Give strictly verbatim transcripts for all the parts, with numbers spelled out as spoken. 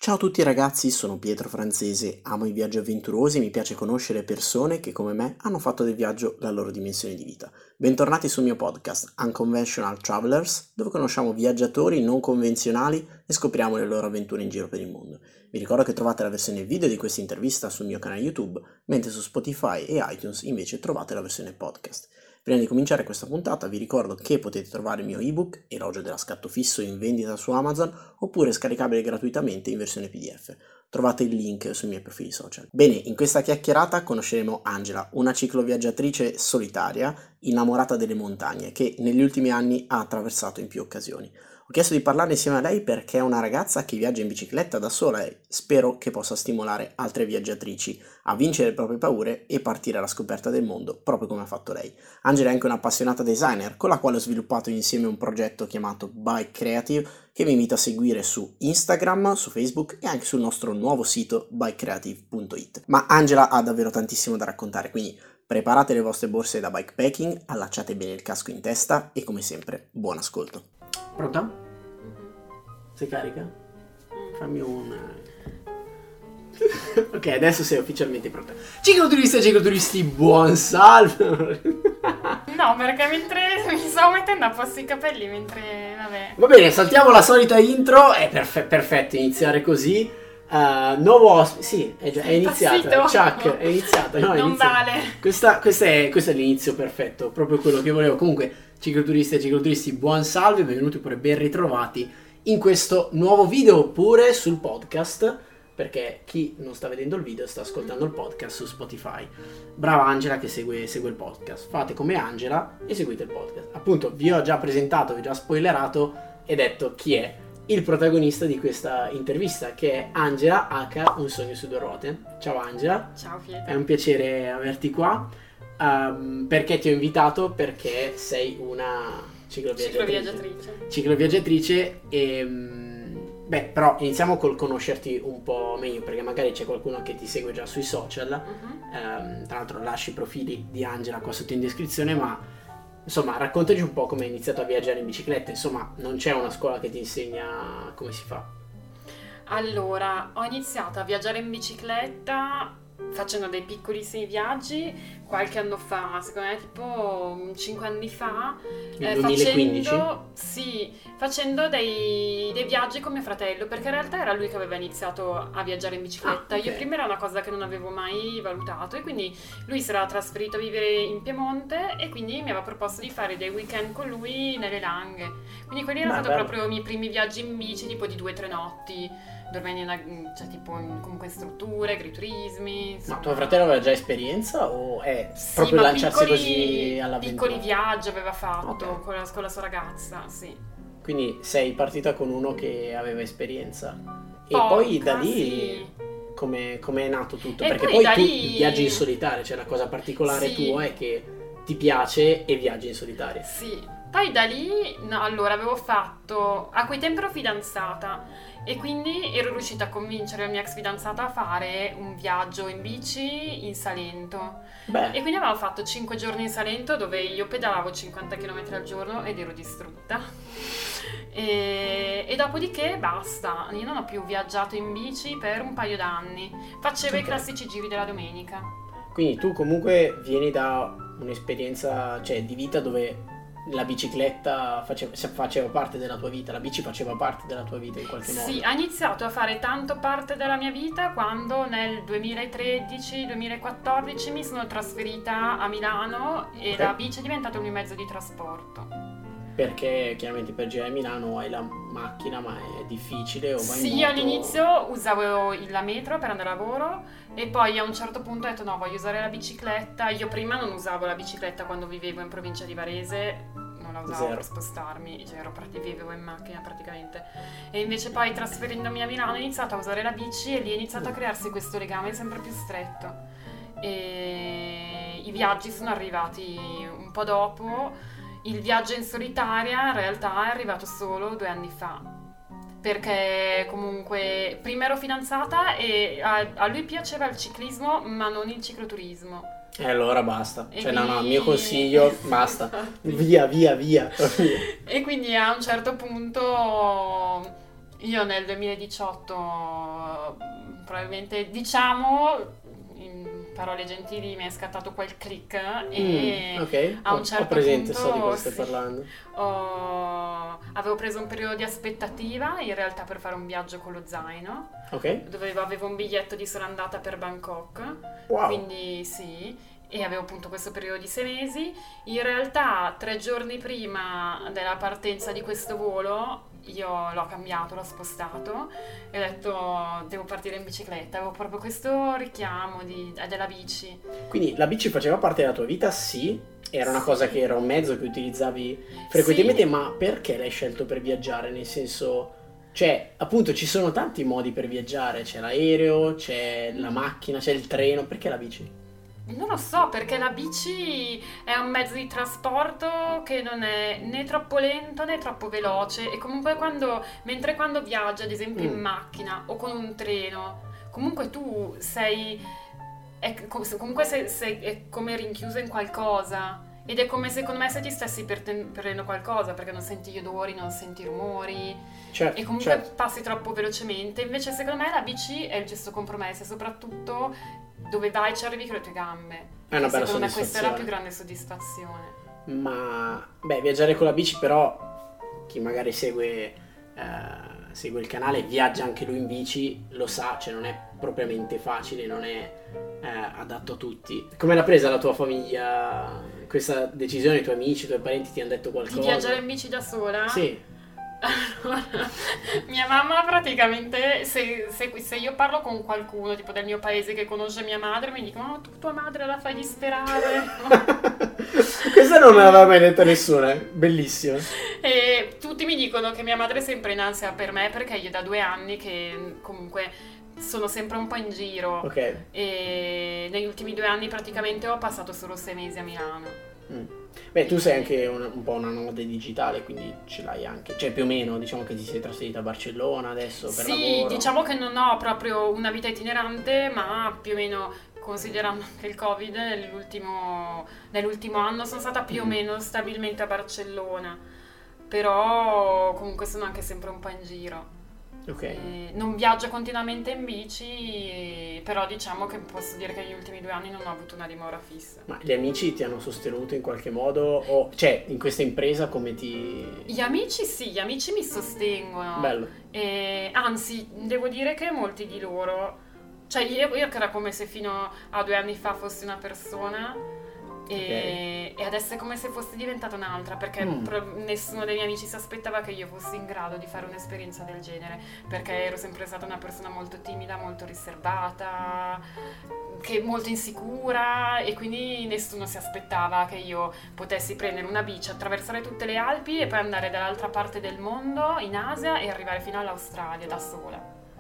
Ciao a tutti ragazzi, sono Pietro Francese, amo i viaggi avventurosi e mi piace conoscere persone che come me hanno fatto del viaggio la loro dimensione di vita. Bentornati sul mio podcast Unconventional Travelers, dove conosciamo viaggiatori non convenzionali e scopriamo le loro avventure in giro per il mondo. Vi ricordo che trovate la versione video di questa intervista sul mio canale YouTube, mentre su Spotify e iTunes invece trovate la versione podcast. Prima di cominciare questa puntata vi ricordo che potete trovare il mio ebook Elogio della scatto fisso in vendita su Amazon oppure scaricabile gratuitamente in versione P D F. Trovate il link sui miei profili social. Bene, in questa chiacchierata conosceremo Angela, una cicloviaggiatrice solitaria, innamorata delle montagne, che negli ultimi anni ha attraversato in più occasioni. Ho chiesto di parlarne insieme a lei perché è una ragazza che viaggia in bicicletta da sola e spero che possa stimolare altre viaggiatrici a vincere le proprie paure e partire alla scoperta del mondo, proprio come ha fatto lei. Angela è anche un'appassionata designer, con la quale ho sviluppato insieme un progetto chiamato Bike Creative, che vi invito a seguire su Instagram, su Facebook e anche sul nostro nuovo sito bike creative punto it. Ma Angela ha davvero tantissimo da raccontare, quindi preparate le vostre borse da bikepacking, allacciate bene il casco in testa e come sempre, buon ascolto. Pronta? Mm-hmm. Sei carica? Fammi un... Ok, adesso sei ufficialmente pronta. Cicloturisti e cicloturisti, buon salve! No, perché mentre mi stavo mettendo a posto i capelli, mentre... vabbè. Va bene, saltiamo la solita intro, è perfe- perfetto iniziare così. Uh, nuovo ospite, sì, è, già, è iniziata. Chuck, è iniziata. No, è non iniziata. vale. Questa, questa è, questo è l'inizio perfetto, proprio quello che volevo. Comunque, cicloturisti e cicloturisti, buon salve, benvenuti oppure ben ritrovati in questo nuovo video oppure sul podcast, perché chi non sta vedendo il video sta ascoltando il podcast su Spotify. Brava Angela che segue, segue il podcast. Fate come Angela e seguite il podcast. Appunto, vi ho già presentato, vi ho già spoilerato e detto chi è il protagonista di questa intervista, che è Angela H. Un sogno su due ruote. Ciao Angela. Ciao Pietro. È un piacere averti qua. Um, perché ti ho invitato? Perché sei una cicloviaggiatrice. Cicloviaggiatrice. Cicloviaggiatrice e... Beh, però iniziamo col conoscerti un po' meglio, perché magari c'è qualcuno che ti segue già sui social. Uh-huh. Um, tra l'altro lascio i profili di Angela qua sotto in descrizione, ma insomma raccontaci un po' come hai iniziato a viaggiare in bicicletta. Insomma, non c'è una scuola che ti insegna come si fa. Allora, ho iniziato a viaggiare in bicicletta facendo dei piccolissimi viaggi qualche anno fa, secondo me tipo cinque anni fa, eh, duemilaquindici? Facendo, sì, facendo dei, dei viaggi con mio fratello, perché in realtà era lui che aveva iniziato a viaggiare in bicicletta. Ah, okay. Io prima era una cosa che non avevo mai valutato e quindi lui si era trasferito a vivere in Piemonte e quindi mi aveva proposto di fare dei weekend con lui nelle Langhe. Quindi quelli erano stati proprio i miei primi viaggi in bici, tipo di due o tre notti, dormendo in una, cioè tipo in, comunque in strutture, agriturismi, insomma. Ma tuo fratello aveva già esperienza o è sì, proprio lanciarsi piccoli, così all'avventura? Piccoli viaggi aveva fatto, okay. con, la, con la sua ragazza, sì. Quindi sei partita con uno che aveva esperienza. Poca, e poi da lì sì. come è nato tutto? E perché poi, poi tu lì... viaggi in solitaria, cioè la cosa particolare sì. tua è che ti piace e viaggi in solitaria. Sì. Poi da lì, no, allora avevo fatto, a quei tempi ero fidanzata e quindi ero riuscita a convincere la mia ex fidanzata a fare un viaggio in bici in Salento. Beh. E quindi avevamo fatto cinque giorni in Salento dove io pedalavo cinquanta chilometri al giorno ed ero distrutta. E, e dopodiché basta, io non ho più viaggiato in bici per un paio d'anni, facevo okay. i classici giri della domenica. Quindi tu comunque vieni da un'esperienza, cioè, di vita dove la bicicletta faceva, faceva parte della tua vita, la bici faceva parte della tua vita in qualche modo. Sì, ha iniziato a fare tanto parte della mia vita quando nel duemilatredici duemilaquattordici mi sono trasferita a Milano e okay. la bici è diventata un mio mezzo di trasporto. Perché chiaramente per girare a Milano hai la macchina, ma è difficile o vai sì, in moto? All'inizio usavo la metro per andare a lavoro e poi a un certo punto ho detto no, voglio usare la bicicletta. Io prima non usavo la bicicletta quando vivevo in provincia di Varese, non la usavo Zero. per spostarmi, cioè ero prati- vivevo in macchina praticamente. E invece poi trasferendomi a Milano ho iniziato a usare la bici e lì è iniziato a crearsi questo legame sempre più stretto. E i viaggi sono arrivati un po' dopo. Il viaggio in solitaria in realtà è arrivato solo due anni fa, perché comunque prima ero fidanzata e a, a lui piaceva il ciclismo ma non il cicloturismo. E allora basta, e cioè quindi... no no, il mio consiglio basta, via via via. E quindi a un certo punto Io nel duemiladiciotto probabilmente, diciamo, in parole gentili, mi è scattato quel click e mm, ok, a un ho, certo ho presente, punto so di cosa stai sì, parlando. ho- avevo preso un periodo di aspettativa in realtà per fare un viaggio con lo zaino, Ok, dove avevo un biglietto di sola andata per Bangkok, wow, quindi sì, e avevo appunto questo periodo di sei mesi. In realtà tre giorni prima della partenza di questo volo io l'ho cambiato, l'ho spostato e ho detto devo partire in bicicletta, avevo proprio questo richiamo di- della bici. quindi la bici faceva parte della tua vita, sì, era una Sì. cosa che era un mezzo che utilizzavi frequentemente, Sì. ma perché l'hai scelto per viaggiare? Nel senso, cioè, appunto, ci sono tanti modi per viaggiare, c'è l'aereo, c'è la macchina, c'è il treno, perché la bici? Non lo so, perché la bici è un mezzo di trasporto che non è né troppo lento né troppo veloce e comunque quando, mentre quando viaggi, ad esempio in Mm. macchina o con un treno, comunque tu sei, è, co- comunque sei, sei- è come rinchiuso in qualcosa ed è come secondo me se ti stessi perte- perdendo qualcosa perché non senti gli odori, non senti i rumori Certo, e comunque certo. passi troppo velocemente. Invece secondo me la bici è il giusto compromesso e soprattutto dove vai ci arrivi con le tue gambe. È una E bella secondo me questa è la soddisfazione. più grande soddisfazione. Ma, beh, viaggiare con la bici però, chi magari segue, eh, segue il canale, viaggia anche lui in bici, lo sa, cioè non è propriamente facile, non è eh, adatto a tutti. Come l'ha presa la tua famiglia questa decisione? I tuoi amici, i tuoi parenti ti hanno detto Di qualcosa? viaggiare in bici da sola? Sì. Allora, mia mamma praticamente, se, se, se io parlo con qualcuno tipo del mio paese che conosce mia madre, mi dicono: "Oh, tu tua madre la fai disperare." Questa non me l'aveva mai detto nessuno, eh. Bellissimo. E tutti mi dicono che mia madre è sempre in ansia per me perché io da due anni che comunque sono sempre un po' in giro Ok. e negli ultimi due anni praticamente ho passato solo sei mesi a Milano. Mm. Beh, tu sei anche un, un po' una nomade digitale, quindi ce l'hai anche, cioè più o meno, diciamo che ti sei trasferita a Barcellona adesso per Sì, lavoro. diciamo che non ho proprio una vita itinerante, ma più o meno, considerando anche il Covid, nell'ultimo, nell'ultimo anno sono stata più o Mm. meno stabilmente a Barcellona, però comunque sono anche sempre un po' in giro. Ok. E non viaggio continuamente in bici, però diciamo che posso dire che negli ultimi due anni non ho avuto una dimora fissa. Ma gli amici ti hanno sostenuto in qualche modo? O, cioè, in questa impresa come ti... Gli amici sì, gli amici mi sostengono. Bello. E, anzi, devo dire che molti di loro, cioè io, io che era come se fino a due anni fa fossi una persona e, e adesso è come se fossi diventata un'altra perché Mm. pro- nessuno dei miei amici si aspettava che io fossi in grado di fare un'esperienza del genere perché ero sempre stata una persona molto timida, molto riservata, che molto insicura e quindi nessuno si aspettava che io potessi prendere una bici, attraversare tutte le Alpi e poi andare dall'altra parte del mondo, in Asia, e arrivare fino all'Australia da sola.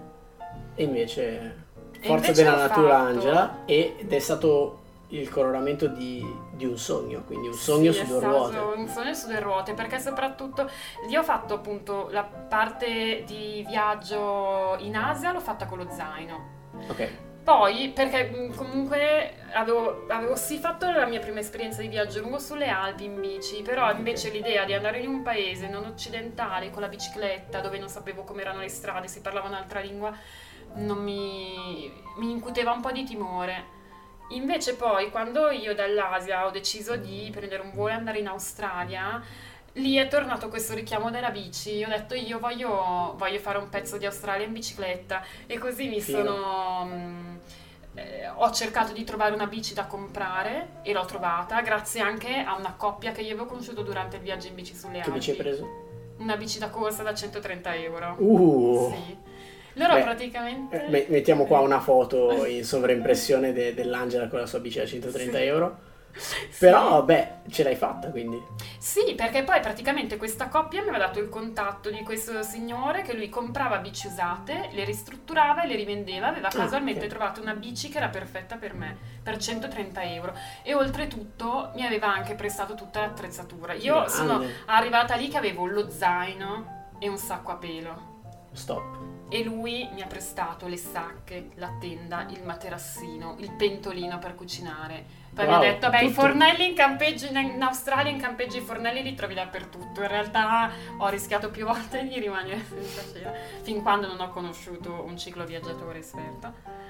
E invece, E forza invece della l'ho natura, fatto. Angela, ed è stato il coronamento di, di un sogno, quindi un sogno Sì, su è due stato ruote. un sogno su due ruote perché soprattutto lì ho fatto appunto la parte di viaggio in Asia, l'ho fatta con lo zaino. Ok. Poi, perché mh, comunque avevo, avevo sì fatto la mia prima esperienza di viaggio lungo sulle Alpi in bici, però invece l'idea di andare in un paese non occidentale con la bicicletta, dove non sapevo come erano le strade, si parlava un'altra lingua, non mi, mi incuteva un po' di timore. Invece poi, quando io dall'Asia ho deciso di prendere un volo e andare in Australia, lì è tornato questo richiamo della bici. Ho detto io voglio, voglio fare un pezzo di Australia in bicicletta e così mi Figo. sono... mh, eh, ho cercato di trovare una bici da comprare e l'ho trovata grazie anche a una coppia che io avevo conosciuto durante il viaggio in bici sulle Che Alpi. bici hai preso? Una bici da corsa da centotrenta euro. Uh! Sì. Loro Beh, praticamente... Eh, me- mettiamo qua una foto in sovraimpressione de- dell'Angela con la sua bici da centotrenta Sì. euro. Sì. Però, beh, ce l'hai fatta quindi. Sì, perché poi praticamente questa coppia mi aveva dato il contatto di questo signore che lui comprava bici usate, le ristrutturava e le rivendeva. Aveva casualmente ok. trovato una bici che era perfetta per me, per centotrenta euro. E oltretutto mi aveva anche prestato tutta l'attrezzatura. Io Grande. sono arrivata lì che avevo lo zaino e un sacco a pelo. Stop. e lui mi ha prestato le sacche, la tenda, il materassino, il pentolino per cucinare. Poi Wow, mi ha detto, beh, i tutto. fornelli in campeggio in, in Australia, in campeggio i fornelli li trovi dappertutto. In realtà ho rischiato più volte di rimanere senza cena, fin quando non ho conosciuto un cicloviaggiatore esperto.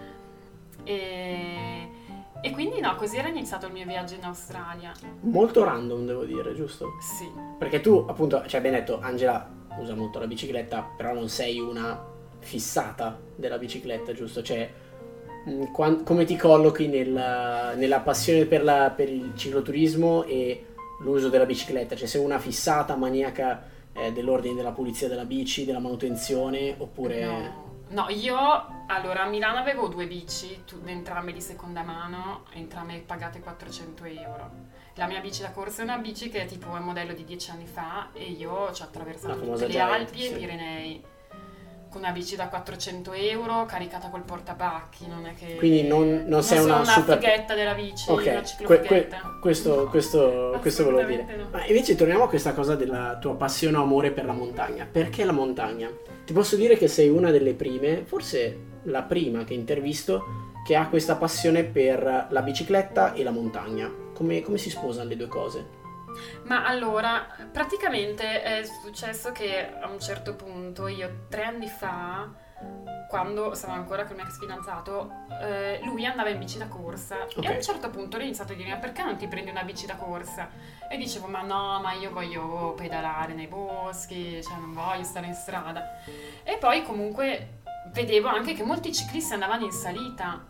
E, e quindi no, così era iniziato il mio viaggio in Australia. Molto random, devo dire, giusto? Sì. Perché tu, appunto, cioè ben detto, Angela usa molto la bicicletta, però non sei una fissata della bicicletta, giusto? Cioè, mh, quan- come ti collochi nel- nella passione per, la- per il cicloturismo e l'uso della bicicletta? Cioè, sei una fissata, maniaca eh, dell'ordine della pulizia della bici, della manutenzione, oppure... No. No, io allora a Milano avevo due bici, tu- entrambe di seconda mano, entrambe pagate quattrocento euro. La mia bici da corsa è una bici che è tipo un modello di dieci anni fa e io ci ho attraversato La tutte famosa le Giant, Alpi e sì. i Pirenei con una bici da quattrocento euro caricata col portabacchi, non è che... Quindi non, non sei sono una una super... fighetta della bici, Ok, una que- que- ciclofighetta. questo, No, questo, questo volevo dire. assolutamente no. Ma invece torniamo a questa cosa della tua passione o amore per la montagna. Perché la montagna? Ti posso dire che sei una delle prime, forse la prima che intervisto, che ha questa passione per la bicicletta e la montagna. Come, come si sposano le due cose? Ma allora, praticamente è successo che a un certo punto, io tre anni fa, quando stavo ancora con il mio ex fidanzato, eh, lui andava in bici da corsa Ok. e a un certo punto ho iniziato a dirmi, ma perché non ti prendi una bici da corsa? E dicevo, ma no, ma io voglio pedalare nei boschi, cioè non voglio stare in strada. E poi comunque vedevo anche che molti ciclisti andavano in salita.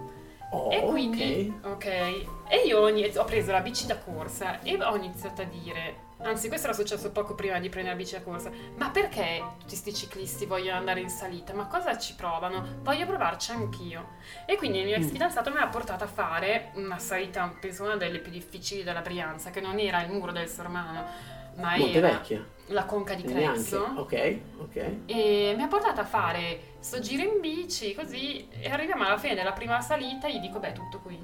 Oh, E quindi, ok, e io ho, iniz- ho preso la bici da corsa e ho iniziato a dire, anzi questo era successo poco prima di prendere la bici da corsa, ma perché tutti sti ciclisti vogliono andare in salita? Ma cosa ci provano? Voglio provarci anch'io. E quindi il mio ex Mm. fidanzato mi ha portato a fare una salita, penso una delle più difficili della Brianza, che non era il muro del Sormano, ma era Montevecchia. la conca di Neanche. Crezzo. Ok, ok. E mi ha portato a fare sto giro in bici, così, e arriviamo alla fine della prima salita e gli dico, beh, tutto qui.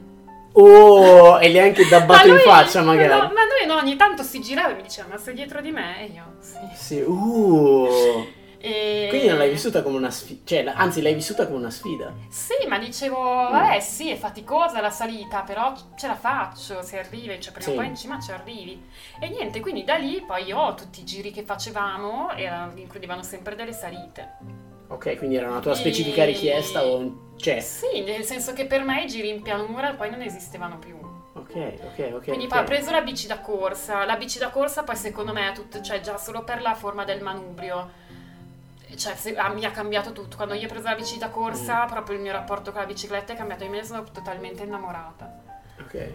Oh, e neanche da Ma batto in lui- faccia magari. No, ma lui no, ogni tanto si girava e mi diceva, ma sei dietro di me? E io, sì. Sì, uh. E... Quindi non l'hai vissuta come una sfida, cioè, la- anzi l'hai vissuta come una sfida. Sì, ma dicevo, vabbè, sì, è faticosa la salita, però ce la faccio, se arrivi, cioè prima o Sì. poi in cima ci arrivi. E niente, quindi da lì poi io tutti i giri che facevamo erano- includevano sempre delle salite. Ok, quindi era una tua specifica E- richiesta o... Cioè, Sì, nel senso che per me i giri in pianura poi non esistevano più. ok, ok, ok. Quindi ok. poi ho preso la bici da corsa. La bici da corsa poi secondo me è tutto, cioè già solo per la forma del manubrio. Cioè se- ah, mi ha cambiato tutto. Quando io ho preso la bici da corsa, proprio il mio rapporto con la bicicletta è cambiato. Io me ne sono totalmente innamorata. Ok.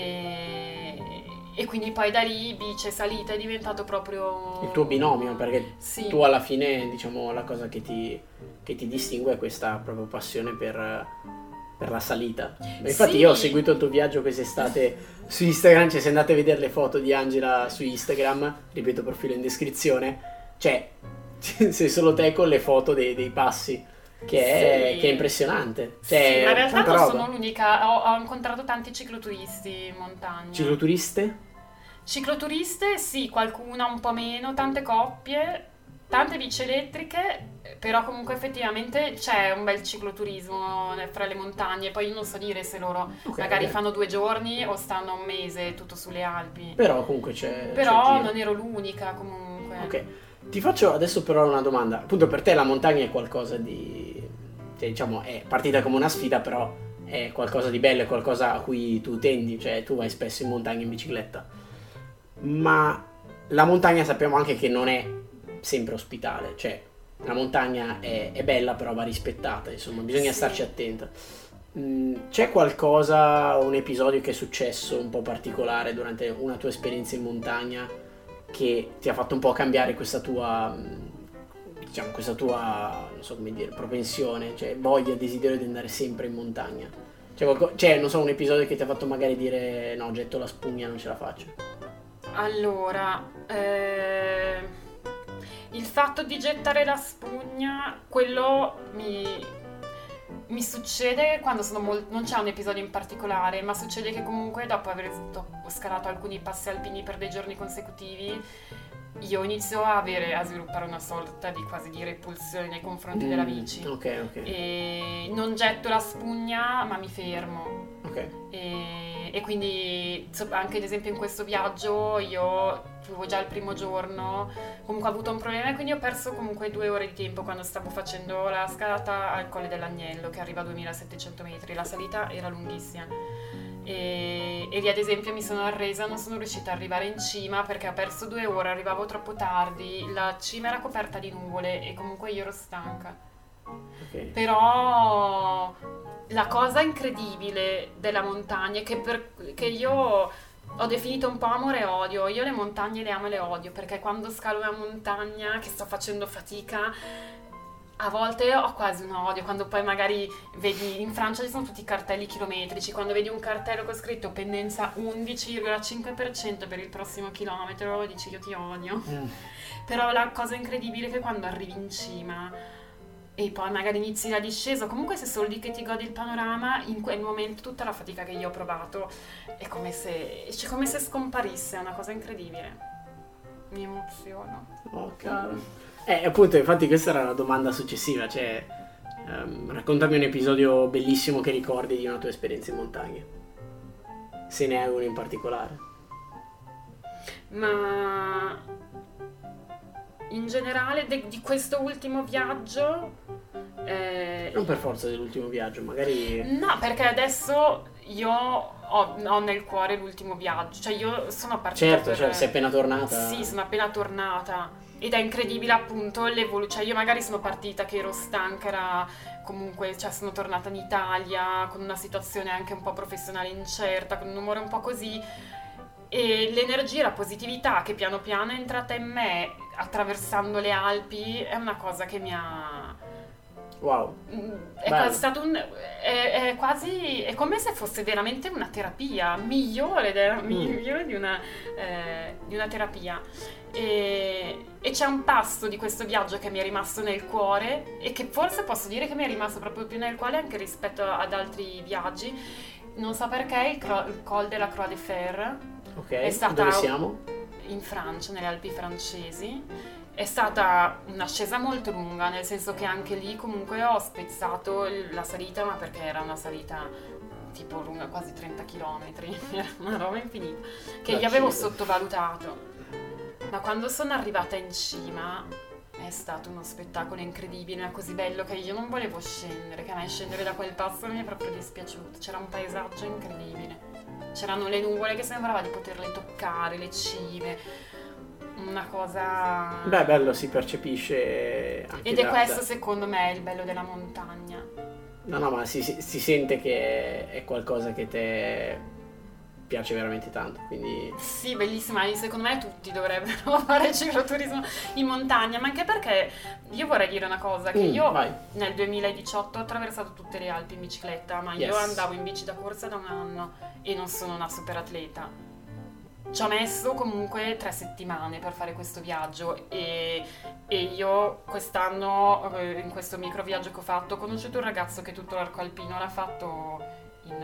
E, e quindi poi da lì bici e salita è diventato proprio... Il tuo binomio, perché Sì. tu alla fine, diciamo, la cosa che ti, che ti distingue è questa proprio passione per, per la salita. Infatti Sì. io ho seguito il tuo viaggio quest'estate su Instagram, cioè se andate a vedere le foto di Angela su Instagram, ripeto, profilo in descrizione, cioè sei solo te con le foto dei, dei passi, che è, Sì. che è impressionante. Cioè, Sì, ma in realtà tanta non roba. sono l'unica, ho, ho incontrato tanti cicloturisti in montagna. Cicloturiste? Cicloturiste, sì, qualcuna un po' meno, tante coppie, tante bici elettriche, però comunque effettivamente c'è un bel cicloturismo fra le montagne. Poi io non so dire se loro Ok, magari ok. fanno due giorni o stanno un mese tutto sulle Alpi. Però comunque c'è... c'è Però giro. non ero l'unica comunque. Ok, ti faccio adesso però una domanda. Appunto per te la montagna è qualcosa di... cioè, diciamo, è partita come una sfida, però è qualcosa di bello, è qualcosa a cui tu tendi, cioè tu vai spesso in montagna in bicicletta. Ma la montagna sappiamo anche che non è sempre ospitale, cioè la montagna è, è bella però va rispettata, insomma, bisogna Sì. starci attenta. Mm, c'è qualcosa, un episodio che è successo un po' particolare durante una tua esperienza in montagna che ti ha fatto un po' cambiare questa tua, diciamo, questa tua, non so come dire, propensione, cioè voglia, desiderio di andare sempre in montagna? C'è, qualco- c'è, non so, un episodio che ti ha fatto magari dire no, getto la spugna, non ce la faccio. Allora, eh, il fatto di gettare la spugna, quello mi, mi succede quando sono molto... non c'è un episodio in particolare, ma succede che comunque dopo aver dopo scalato alcuni passi alpini per dei giorni consecutivi, io inizio a avere a sviluppare una sorta di quasi di repulsione nei confronti mm, della bici. Ok, ok. E non getto la spugna, ma mi fermo. Ok. E, e quindi anche ad esempio in questo viaggio io avevo già il primo giorno comunque ho avuto un problema e quindi ho perso comunque due ore di tempo quando stavo facendo la scalata al Colle dell'Agnello, che arriva a duemilasettecento metri. La salita era lunghissima e, e lì ad esempio mi sono arresa, non sono riuscita ad arrivare in cima perché ho perso due ore, arrivavo troppo tardi, la cima era coperta di nuvole e comunque io ero stanca. Okay. Però la cosa incredibile della montagna è che, per, che io ho definito un po' amore e odio. Io le montagne le amo e le odio, perché quando scalo una montagna che sto facendo fatica, a volte ho quasi un odio. Quando poi magari vedi, in Francia ci sono tutti i cartelli chilometrici, quando vedi un cartello con scritto pendenza undici virgola cinque per cento per il prossimo chilometro, dici io ti odio. Mm. Però la cosa incredibile è che quando arrivi in cima e poi magari inizi la discesa, comunque se solo lì che ti godi il panorama, in quel momento tutta la fatica che io ho provato è come se, cioè come se scomparisse, è una cosa incredibile. Mi emoziono. Oh, caro. Eh, appunto, infatti questa era la domanda successiva, cioè um, raccontami un episodio bellissimo che ricordi di una tua esperienza in montagna, se ne hai uno in particolare. Ma in generale de- di questo ultimo viaggio eh, non per forza dell'ultimo viaggio, magari no, perché adesso io ho, ho nel cuore l'ultimo viaggio, cioè io sono partita certo, per... cioè sei appena tornata. Sì, sono appena tornata ed è incredibile appunto l'evoluzione, cioè io magari sono partita che ero stanca, era comunque, cioè sono tornata in Italia con una situazione anche un po' professionale incerta, con un umore un po' così. E l'energia, la positività che piano piano è entrata in me attraversando le Alpi è una cosa che mi ha... Wow. È quasi stato un... È, è quasi... È come se fosse veramente una terapia migliore, de, mm. migliore di, una, eh, di una terapia. E, e c'è un passo di questo viaggio che mi è rimasto nel cuore e che forse posso dire che mi è rimasto proprio più nel cuore anche rispetto ad altri viaggi. Non so perché, il, cro- il Col de la Croix de Fer. Ok, è stata dove siamo? In Francia, nelle Alpi francesi. È stata un'ascesa molto lunga, nel senso che anche lì comunque ho spezzato la salita, ma perché era una salita tipo lunga quasi trenta chilometri, era una roba infinita, che gli avevo sottovalutato. Ma quando sono arrivata in cima è stato uno spettacolo incredibile, così bello che io non volevo scendere, che a me scendere da quel passo mi è proprio dispiaciuto. C'era un paesaggio incredibile. C'erano le nuvole che sembrava di poterle toccare, le cime, una cosa... Beh, bello, si percepisce anche ed è da, questo da... secondo me il bello della montagna. No, no, ma si, si, si sente che è qualcosa che te piace veramente tanto, quindi... Sì, bellissima, secondo me tutti dovrebbero fare cicloturismo in montagna, ma anche perché io vorrei dire una cosa, che mm, io vai. nel duemiladiciotto ho attraversato tutte le Alpi in bicicletta, ma yes. io andavo in bici da corsa da un anno e non sono una super atleta. Ci ho messo comunque tre settimane per fare questo viaggio e, e io quest'anno, in questo micro viaggio che ho fatto, ho conosciuto un ragazzo che tutto l'arco alpino l'ha fatto in...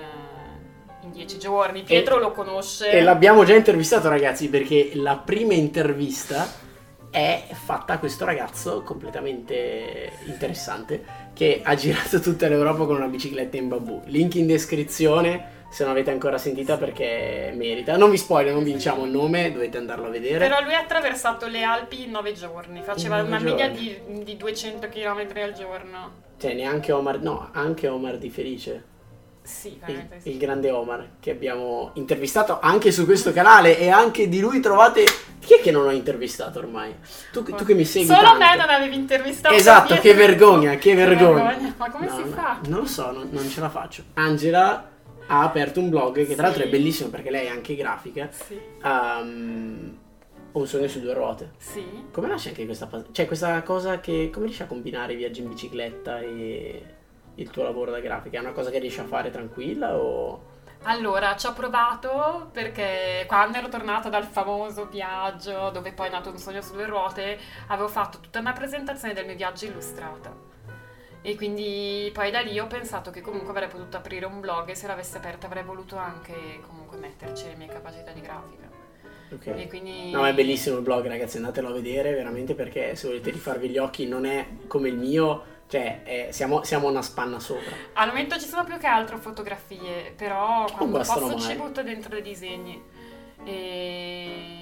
in dieci giorni. Pietro e, lo conosce e l'abbiamo già intervistato, ragazzi, perché la prima intervista è fatta a questo ragazzo completamente interessante che ha girato tutta l'Europa con una bicicletta in bambù. Link in descrizione se non avete ancora sentita, perché merita. Non vi spoiler, non vi diciamo il nome, dovete andarlo a vedere. Però lui ha attraversato le Alpi in nove giorni, faceva nove una giorni. media di, di duecento chilometri al giorno. Cioè neanche Omar, no, anche Omar Di Felice. Sì, il, sì. il grande Omar che abbiamo intervistato anche su questo canale, e anche di lui trovate... Chi è che non ho intervistato ormai? Tu, tu che mi segui solo tanto. me non avevi intervistato. Esatto, che vergogna, che vergogna. vergogna. Ma come no, si no, fa? Non lo so, non, non ce la faccio. Angela ha aperto un blog che tra l'altro sì. è bellissimo perché lei è anche grafica. Sì. Um, Un sogno su due ruote. Sì. Come nasce anche questa, cioè questa cosa che... Come riesci a combinare i viaggi in bicicletta e il tuo lavoro da grafica? È una cosa che riesci a fare tranquilla o... Allora, ci ho provato perché quando ero tornata dal famoso viaggio dove poi è nato Un sogno su due ruote, avevo fatto tutta una presentazione del mio viaggio illustrata. E quindi poi da lì ho pensato che comunque avrei potuto aprire un blog, e se l'avessi aperta avrei voluto anche comunque metterci le mie capacità di grafica. Ok. E quindi... No, è bellissimo il blog, ragazzi, andatelo a vedere veramente, perché se volete rifarvi gli occhi non è come il mio, cioè è- siamo, siamo una spanna sopra. Al momento ci sono più che altro fotografie, però quando guastano posso mai. ci butto dentro dei disegni. E...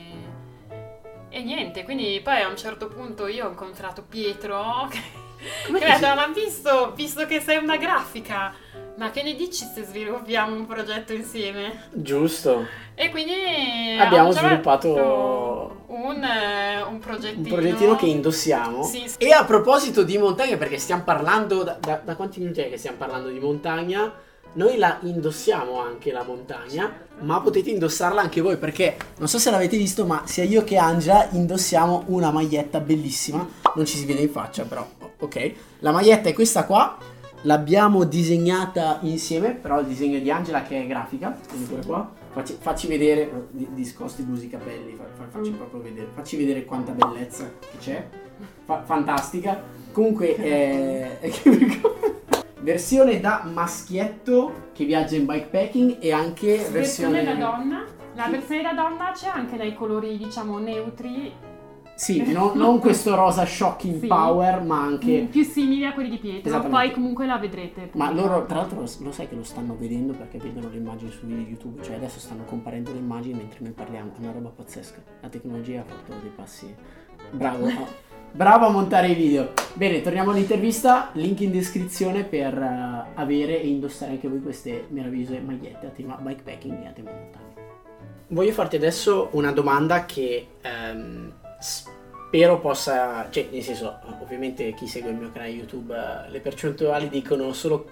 e niente, quindi poi a un certo punto io ho incontrato Pietro che, Come che ti mi ha si- detto, ma visto, visto che sei una grafica, ma che ne dici se sviluppiamo un progetto insieme? Giusto. E quindi Abbiamo abbiamo già sviluppato fatto un, eh, un progettino. Un progettino che indossiamo. Sì, sì. E a proposito di montagna, perché stiamo parlando da, da- da quanti minuti è che stiamo parlando di montagna? Noi la indossiamo anche la montagna, ma potete indossarla anche voi, perché non so se l'avete visto, ma sia io che Angela indossiamo una maglietta bellissima. Non ci si vede in faccia, però ok. La maglietta è questa qua. L'abbiamo disegnata insieme, però il disegno di Angela che è grafica, quindi pure qua. Facci, facci vedere, di- discosti blusi i capelli, fa- fa- facci proprio vedere, facci vedere quanta bellezza che c'è. Fa- fantastica. Comunque è, è versione da maschietto che viaggia in bikepacking e anche versione, Versione da donna. La versione da donna c'è anche nei colori, diciamo, neutri. Sì, no- non questo rosa shocking Sì. power, ma anche... Più simili a quelli di Pietro. Esattamente. Poi comunque la vedrete. Ma loro, tra l'altro, lo, lo sai che lo stanno vedendo perché vedono le immagini su video YouTube, cioè adesso stanno comparendo le immagini mentre noi parliamo, è una roba pazzesca. La tecnologia ha fatto dei passi. Bravo, oh. Bravo a montare i video. Bene, torniamo all'intervista, link in descrizione per uh, avere e indossare anche voi queste meravigliose magliette a tema bikepacking e a tema montagna. Voglio farti adesso una domanda che ehm, spero possa, cioè nel senso, ovviamente chi segue il mio canale YouTube, eh, le percentuali dicono solo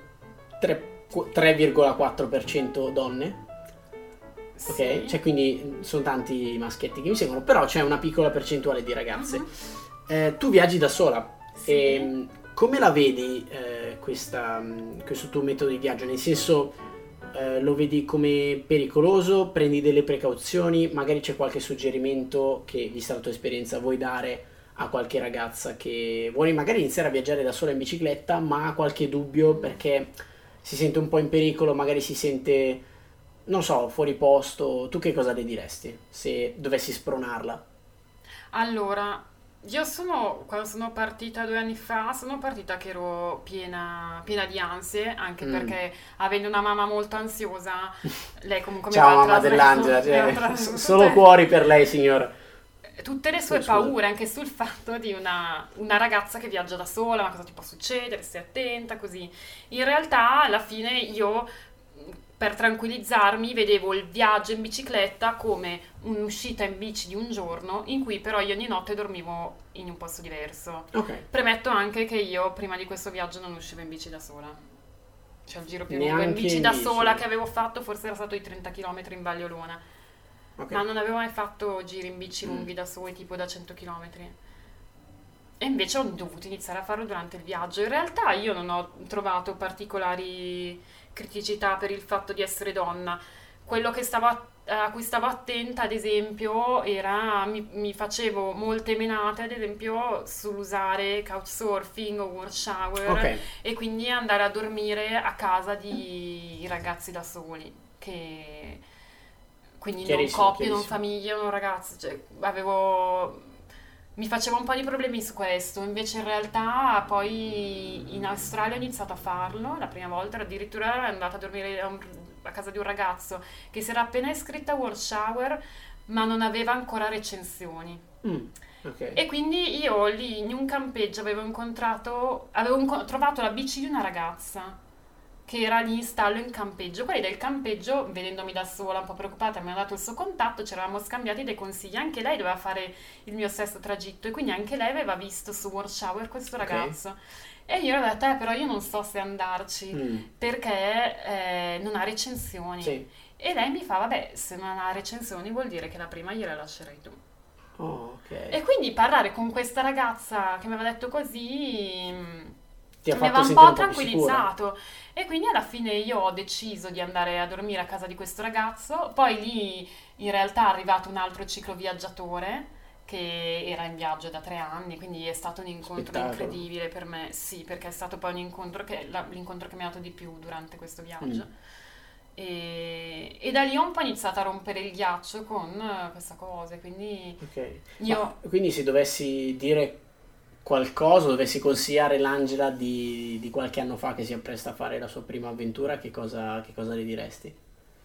tre virgola quattro per cento donne, ok? Sì. Cioè quindi sono tanti maschietti che mi seguono, però c'è una piccola percentuale di ragazze. Mhm. Eh, tu viaggi da sola, Sì. e, mh, come la vedi eh, questa, mh, questo tuo metodo di viaggio? Nel senso, eh, lo vedi come pericoloso? Prendi delle precauzioni? Magari c'è qualche suggerimento che, vista la tua esperienza, vuoi dare a qualche ragazza che vuole magari iniziare a viaggiare da sola in bicicletta, ma ha qualche dubbio perché si sente un po' in pericolo, magari si sente, non so, fuori posto. Tu che cosa le diresti se dovessi spronarla? Allora, io sono, quando sono partita due anni fa, sono partita che ero piena, piena di ansie, anche Mm. perché avendo una mamma molto ansiosa, lei comunque mi Ciao aveva mamma trasmesso- dell'Angela, mi aveva cioè, trasmesso s- solo tutte- cuori per lei, signora. tutte le sue Scusa. paure, anche sul fatto di una, una ragazza che viaggia da sola, ma cosa ti può succedere, stai attenta, così. In realtà, alla fine, io, per tranquillizzarmi, vedevo il viaggio in bicicletta come un'uscita in bici di un giorno, in cui però io ogni notte dormivo in un posto diverso. Ok. Premetto anche che io, prima di questo viaggio, non uscivo in bici da sola. Cioè, il giro più lungo in Neanche bici in da bici? sola che avevo fatto forse era stato i trenta chilometri in Valle Olona. Ok. Ma non avevo mai fatto giri in bici Mm. lunghi da soli, tipo da cento chilometri. E invece ho dovuto iniziare a farlo durante il viaggio. In realtà io non ho trovato particolari criticità per il fatto di essere donna. Quello che stavo a, a cui stavo attenta, ad esempio, era mi, mi facevo molte menate, ad esempio, sull'usare couchsurfing o work shower Ok. e quindi andare a dormire a casa di ragazzi da soli, che quindi non Chiarissimo, coppie, non chiarissimo. famiglie, non ragazzi, cioè, avevo mi facevo un po' di problemi su questo, invece in realtà poi in Australia ho iniziato a farlo, la prima volta addirittura ero andata a dormire a, un- a casa di un ragazzo che si era appena iscritto a World Shower ma non aveva ancora recensioni. Mm, ok. E quindi io lì in un campeggio avevo incontrato, avevo inco- trovato la bici di una ragazza che era lì in stallo in campeggio. Quelli del campeggio, vedendomi da sola, un po' preoccupata, mi hanno dato il suo contatto, ci eravamo scambiati dei consigli. Anche lei doveva fare il mio stesso tragitto e quindi anche lei aveva visto su World Shower questo Ok. ragazzo. E io ero detto, eh, però io non so se andarci Mm, perché eh, non ha recensioni. sì. E lei mi fa, vabbè, se non ha recensioni vuol dire che la prima gliela lascerai tu. Oh, ok. E quindi parlare con questa ragazza che mi aveva detto così mh, Ti ha mi fatto aveva un sentire po' un po' più sicura. tranquillizzato. E quindi alla fine io ho deciso di andare a dormire a casa di questo ragazzo. Poi lì in realtà è arrivato un altro cicloviaggiatore che era in viaggio da tre anni, quindi è stato un incontro Spettacolo. incredibile per me. Sì, perché è stato poi un incontro che, la- l'incontro che mi ha dato di più durante questo viaggio. Mm. E, e da lì ho un po' iniziato a rompere il ghiaccio con eh, questa cosa, quindi Ok. io... Ma quindi se dovessi dire qualcosa, dovessi consigliare l'Angela di, di qualche anno fa che si appresta a fare la sua prima avventura, che cosa, che cosa le diresti?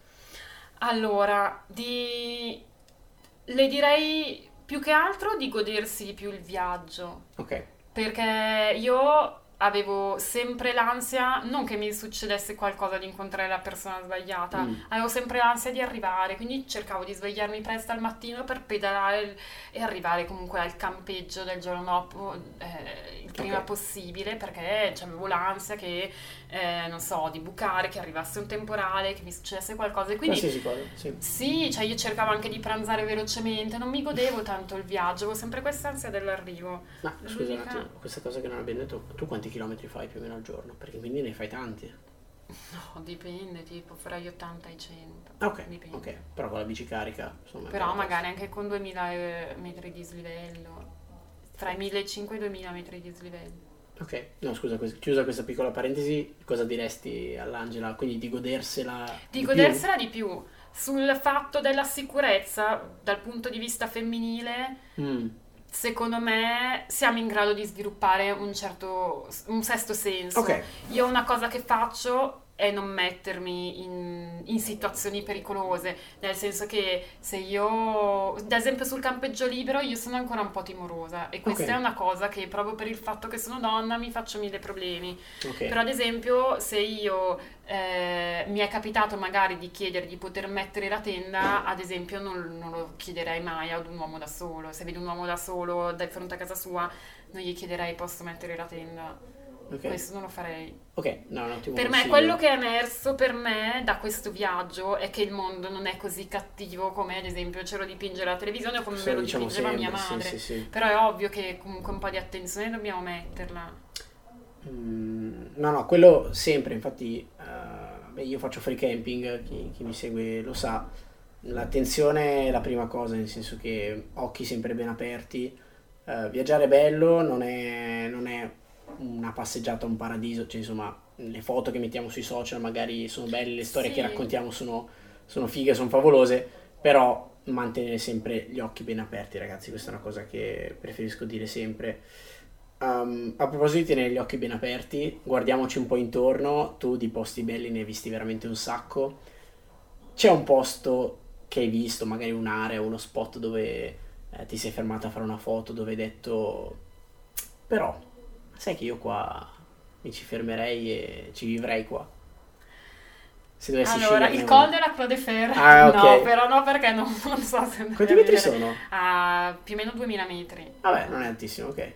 Allora, di... le direi più che altro di godersi di più il viaggio, Ok. perché io avevo sempre l'ansia, non che mi succedesse qualcosa di incontrare la persona sbagliata, Mm. avevo sempre l'ansia di arrivare, quindi cercavo di svegliarmi presto al mattino per pedalare il- e arrivare comunque al campeggio del giorno dopo eh, il prima Ok. possibile, perché cioè, avevo l'ansia che, eh, non so, di bucare, che arrivasse un temporale, che mi succedesse qualcosa, e quindi Qualsiasi cosa, sì. sì, cioè io cercavo anche di pranzare velocemente, non mi godevo tanto il viaggio, avevo sempre quest'ansia dell'arrivo. Ma scusa un L'unica... attimo, questa cosa che non abbiamo detto, tu quanti chilometri fai più o meno al giorno? Perché quindi ne fai tanti. No, dipende, tipo fra gli ottanta e i cento, Ah, ok, dipende. ok. Però con la bicicarica, insomma, è Però bella magari tosta. anche con duemila eh, metri di slivello, fra i millecinquecento e i duemila metri di slivello. Ok, no scusa, que- chiusa questa piccola parentesi, cosa diresti all'Angela? Quindi di godersela Di di più? godersela di più. Sul fatto della sicurezza, dal punto di vista femminile, Mm, secondo me siamo in grado di sviluppare un certo, un sesto senso. ok, Io una cosa che faccio è non mettermi in, in situazioni pericolose, nel senso che se io, ad esempio sul campeggio libero, io sono ancora un po' timorosa e questa ok, è una cosa che proprio per il fatto che sono donna mi faccio mille problemi. ok, Però ad esempio se io eh, mi è capitato magari di chiedere di poter mettere la tenda, ad esempio non, non lo chiederei mai ad un uomo da solo. Se vedo un uomo da solo di fronte a casa sua, non gli chiederei posso mettere la tenda. ok, Questo non lo farei. ok, no, un ottimo Per me, consiglio. quello che è emerso per me da questo viaggio è che il mondo non è così cattivo come ad esempio ce lo dipinge la televisione o come me Questo lo lo diciamo dipingeva mia sempre, sì, madre. sì, sì. Però è ovvio che comunque un po' di attenzione dobbiamo metterla. Mm, no, no, quello sempre, infatti, eh, beh, io faccio free camping, chi, chi mi segue lo sa, l'attenzione è la prima cosa, nel senso che occhi sempre ben aperti, eh, viaggiare è bello, non è, non è una passeggiata a un paradiso, cioè insomma, le foto che mettiamo sui social magari sono belle, le storie che Sì, raccontiamo sono, sono fighe, sono favolose, però mantenere sempre gli occhi ben aperti, ragazzi, questa è una cosa che preferisco dire sempre. Um, a proposito di tenere gli occhi ben aperti, guardiamoci un po' intorno, tu di posti belli ne hai visti veramente un sacco. C'è un posto che hai visto, magari un'area, uno spot dove eh, ti sei fermata a fare una foto, dove hai detto, però, sai che io qua mi ci fermerei e ci vivrei qua. Se dovessi allora, sceglierne il Col uno. della Croix de Fer, Ah, ok. no, però no perché non, non so se andrei Quanti a metri vedere. sono? A più o meno duemila metri. Vabbè, non è altissimo, ok.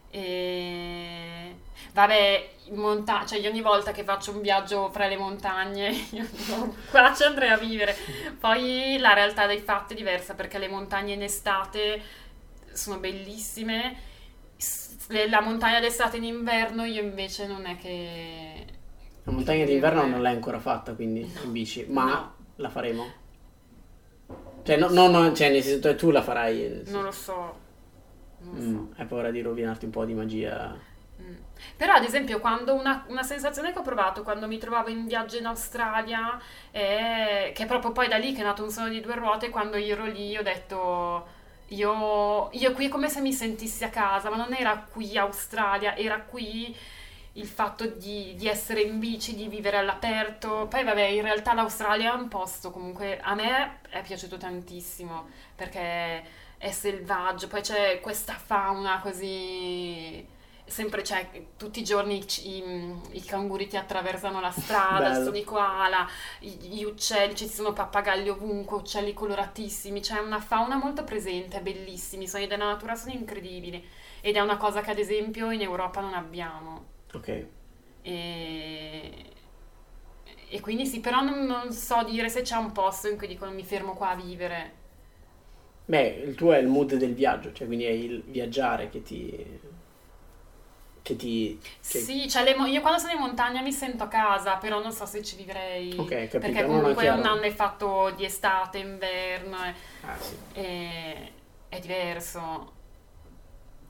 E vabbè, in monta- cioè io ogni volta che faccio un viaggio fra le montagne, io dico, qua ci andrei a vivere. Poi la realtà dei fatti è diversa perché le montagne in estate sono bellissime, S- le- la montagna d'estate in inverno io invece non è che... La montagna che d'inverno vivo, non eh. l'hai ancora fatta, quindi in bici, ma No, la faremo? Cioè, no, no, no, cioè, nel senso, tu la farai. nel non senso- lo so, non lo so. Mm, hai paura di rovinarti un po' di magia. Mm. Però ad esempio quando una, una sensazione che ho provato quando mi trovavo in viaggio in Australia è che è proprio poi da lì che è nato un sogno di due ruote, quando io ero lì ho detto io, io qui è come se mi sentissi a casa, ma non era qui Australia, era qui il fatto di, di essere in bici, di vivere all'aperto. Poi vabbè, in realtà l'Australia è un posto comunque a me è piaciuto tantissimo perché è selvaggio, poi c'è questa fauna così, sempre c'è, tutti i giorni i, i- i canguri ti attraversano la strada, ci sono Bello. i koala, i- gli uccelli, ci sono pappagalli ovunque, uccelli coloratissimi, c'è una fauna molto presente, bellissimi, i suoni della natura sono incredibili ed è una cosa che ad esempio in Europa non abbiamo. Ok. E, e quindi sì, però non, non so dire se c'è un posto in cui dicono mi fermo qua a vivere. Beh, il tuo è il mood del viaggio, cioè quindi è il viaggiare che ti... che ti... che... Sì, cioè le mo- io quando sono in montagna mi sento a casa, però non so se ci vivrei, Ok, capito, perché non è comunque è un chiaro. anno è fatto di estate, inverno, e, Ah, sì. e- è diverso.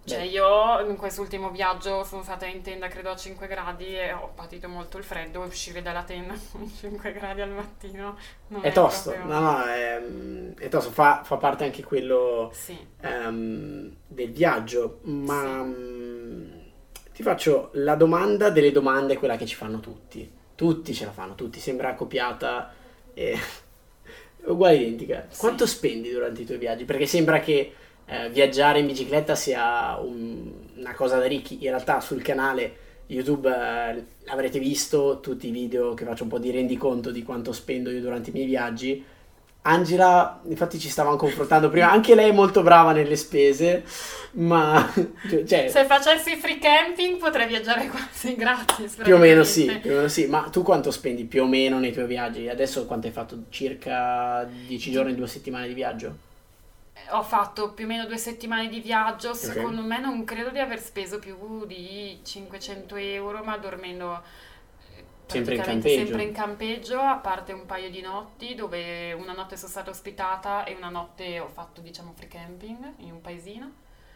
Cioè Beh. io in quest'ultimo viaggio sono stata in tenda credo a cinque gradi e ho patito molto il freddo e uscire dalla tenda con cinque gradi al mattino non È è tosto, proprio... no, no, è, è tosto, fa, fa parte anche quello Sì, ehm, del viaggio, ma sì. mm, ti faccio la domanda delle domande, quella che ci fanno tutti. Tutti ce la fanno, tutti, sembra copiata e uguale identica. Sì. Quanto spendi durante i tuoi viaggi? Perché sembra che eh, viaggiare in bicicletta sia un- una cosa da ricchi, in realtà sul canale YouTube eh, avrete visto tutti i video che faccio un po' di rendiconto di quanto spendo io durante i miei viaggi. Angela, infatti ci stavamo confrontando prima, anche lei è molto brava nelle spese, ma cioè, Se facessi free camping potrei viaggiare quasi gratis più o meno sì, praticamente. più o meno sì. Ma tu quanto spendi più o meno nei tuoi viaggi? Adesso quanto hai fatto? Circa dieci giorni, due settimane di viaggio? Ho fatto più o meno due settimane di viaggio, Ok. secondo me non credo di aver speso più di cinquecento euro, ma dormendo eh, Sempre in praticamente campeggio? sempre in campeggio, a parte un paio di notti dove una notte sono stata ospitata e una notte ho fatto, diciamo, free camping in un paesino.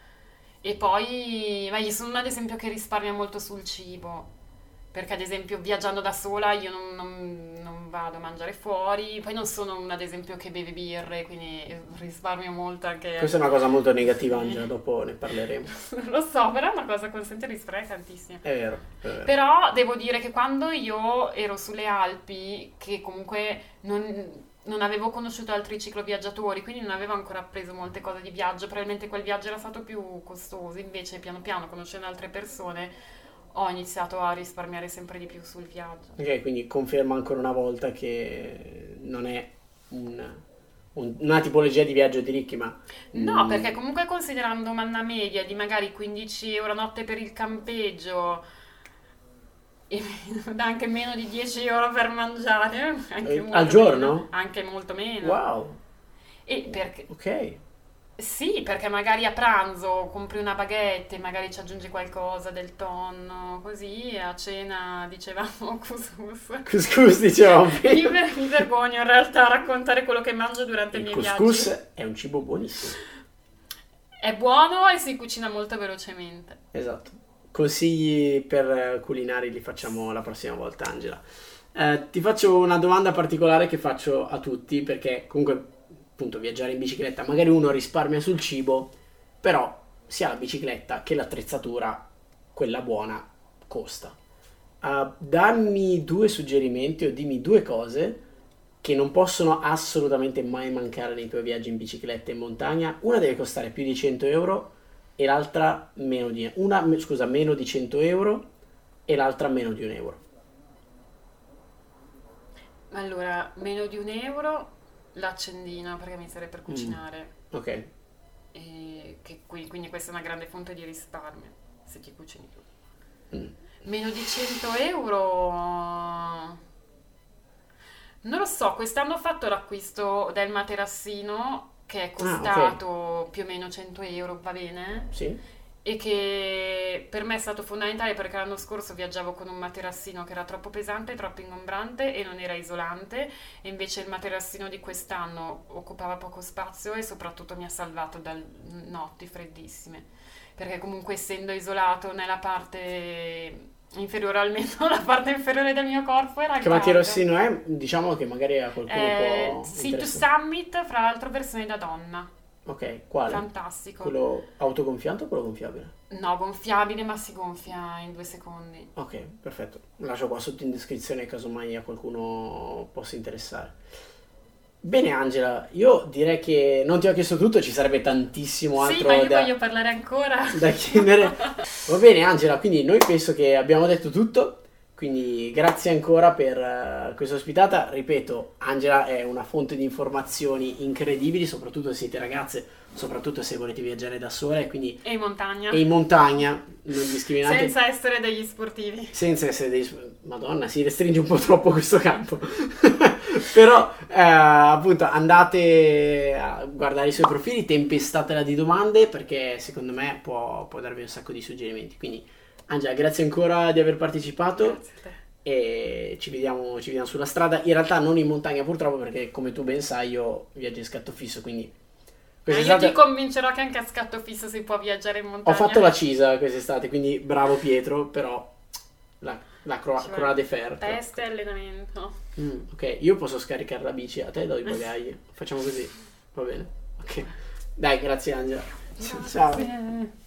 E poi, ma io sono una, ad esempio, che risparmia molto sul cibo. Perché ad esempio viaggiando da sola io non, non- non vado a mangiare fuori, poi non sono una ad esempio che beve birre, quindi risparmio molto anche... Questa è una cosa molto negativa, Sì. Angela, dopo ne parleremo. Lo so, però è una cosa che consente di risparmiare tantissimo. È vero, è vero. Però devo dire che quando io ero sulle Alpi, che comunque non, non avevo conosciuto altri cicloviaggiatori, quindi non avevo ancora appreso molte cose di viaggio, probabilmente quel viaggio era stato più costoso, invece piano piano conoscendo altre persone ho iniziato a risparmiare sempre di più sul viaggio. Ok, quindi confermo ancora una volta che non è un- un- una tipologia di viaggio di ricchi, ma... No, mm, perché comunque considerando una media di magari quindici euro a notte per il campeggio e anche meno di dieci euro per mangiare, anche eh, molto al meno, giorno? anche molto meno. Wow, E perché, ok. sì, perché magari a pranzo compri una baguette e magari ci aggiungi qualcosa del tonno, così, e a cena dicevamo couscous. Couscous dicevamo Mi, prima. ver- mi vergogno in realtà a raccontare quello che mangio durante i Il miei couscous viaggi. è un cibo buonissimo. È buono e si cucina molto velocemente. Esatto. Consigli per eh, culinari li facciamo la prossima volta, Angela. Eh, ti faccio una domanda particolare che faccio a tutti, perché comunque, appunto, viaggiare in bicicletta, magari uno risparmia sul cibo, però sia la bicicletta che l'attrezzatura, quella buona, costa. Eh, dammi due suggerimenti o dimmi due cose che non possono assolutamente mai mancare nei tuoi viaggi in bicicletta in montagna. Una deve costare più di cento euro e l'altra meno di... Una, me- scusa, meno di cento euro e l'altra meno di un euro. Allora, meno di un euro l'accendino perché mi serve per Mm, cucinare. ok. E che qui- quindi questa è una grande fonte di risparmio se ti cucini tu. Mm. Meno di cento euro. Non lo so, quest'anno ho fatto l'acquisto del materassino che è Ah, ok. costato più o meno cento euro, va bene? Sì. E che per me è stato fondamentale perché l'anno scorso viaggiavo con un materassino che era troppo pesante, troppo ingombrante e non era isolante, e invece il materassino di quest'anno occupava poco spazio e soprattutto mi ha salvato da notti freddissime, perché comunque essendo isolato nella parte inferiore al mento, la parte inferiore del mio corpo era Che caldo. materassino è? Diciamo che magari a qualcuno Eh, può Sea to interessare. Summit, fra l'altro versione da donna, Ok, quale? fantastico. Quello autogonfiato o quello gonfiabile? No, gonfiabile, ma si gonfia in due secondi. Ok, perfetto. Lascio qua sotto in descrizione casomai a qualcuno possa interessare. Bene Angela, io direi che non ti ho chiesto tutto, ci sarebbe tantissimo Sì, altro ma io da, voglio parlare ancora. da chiedere. Va bene Angela, quindi noi penso che abbiamo detto tutto, quindi grazie ancora per eh, questa ospitata. Ripeto, Angela è una fonte di informazioni incredibili, soprattutto se siete ragazze, soprattutto se volete viaggiare da sole, quindi E in montagna. e in montagna, non discriminate. Senza essere degli sportivi. Senza essere dei... Madonna, si restringe un po' troppo questo campo. Però, eh, appunto, andate a guardare i suoi profili, tempestatela di domande, perché secondo me può, può darvi un sacco di suggerimenti. Quindi, Angela, grazie ancora di aver partecipato Grazie a te. e ci vediamo, ci vediamo sulla strada. In realtà non in montagna purtroppo, perché come tu ben sai io viaggio in scatto fisso, quindi Eh, io Quest'estate ti convincerò che anche a scatto fisso si può viaggiare in ho montagna. fatto la Cisa quest'estate, quindi bravo Pietro, però la, la Croix Ci Croix vuole de Fer. testa e allenamento. Mm, ok, io posso scaricare la bici, a te do i bagagli. Facciamo così, va bene? Ok. Dai, grazie Angela. Ciao. Grazie.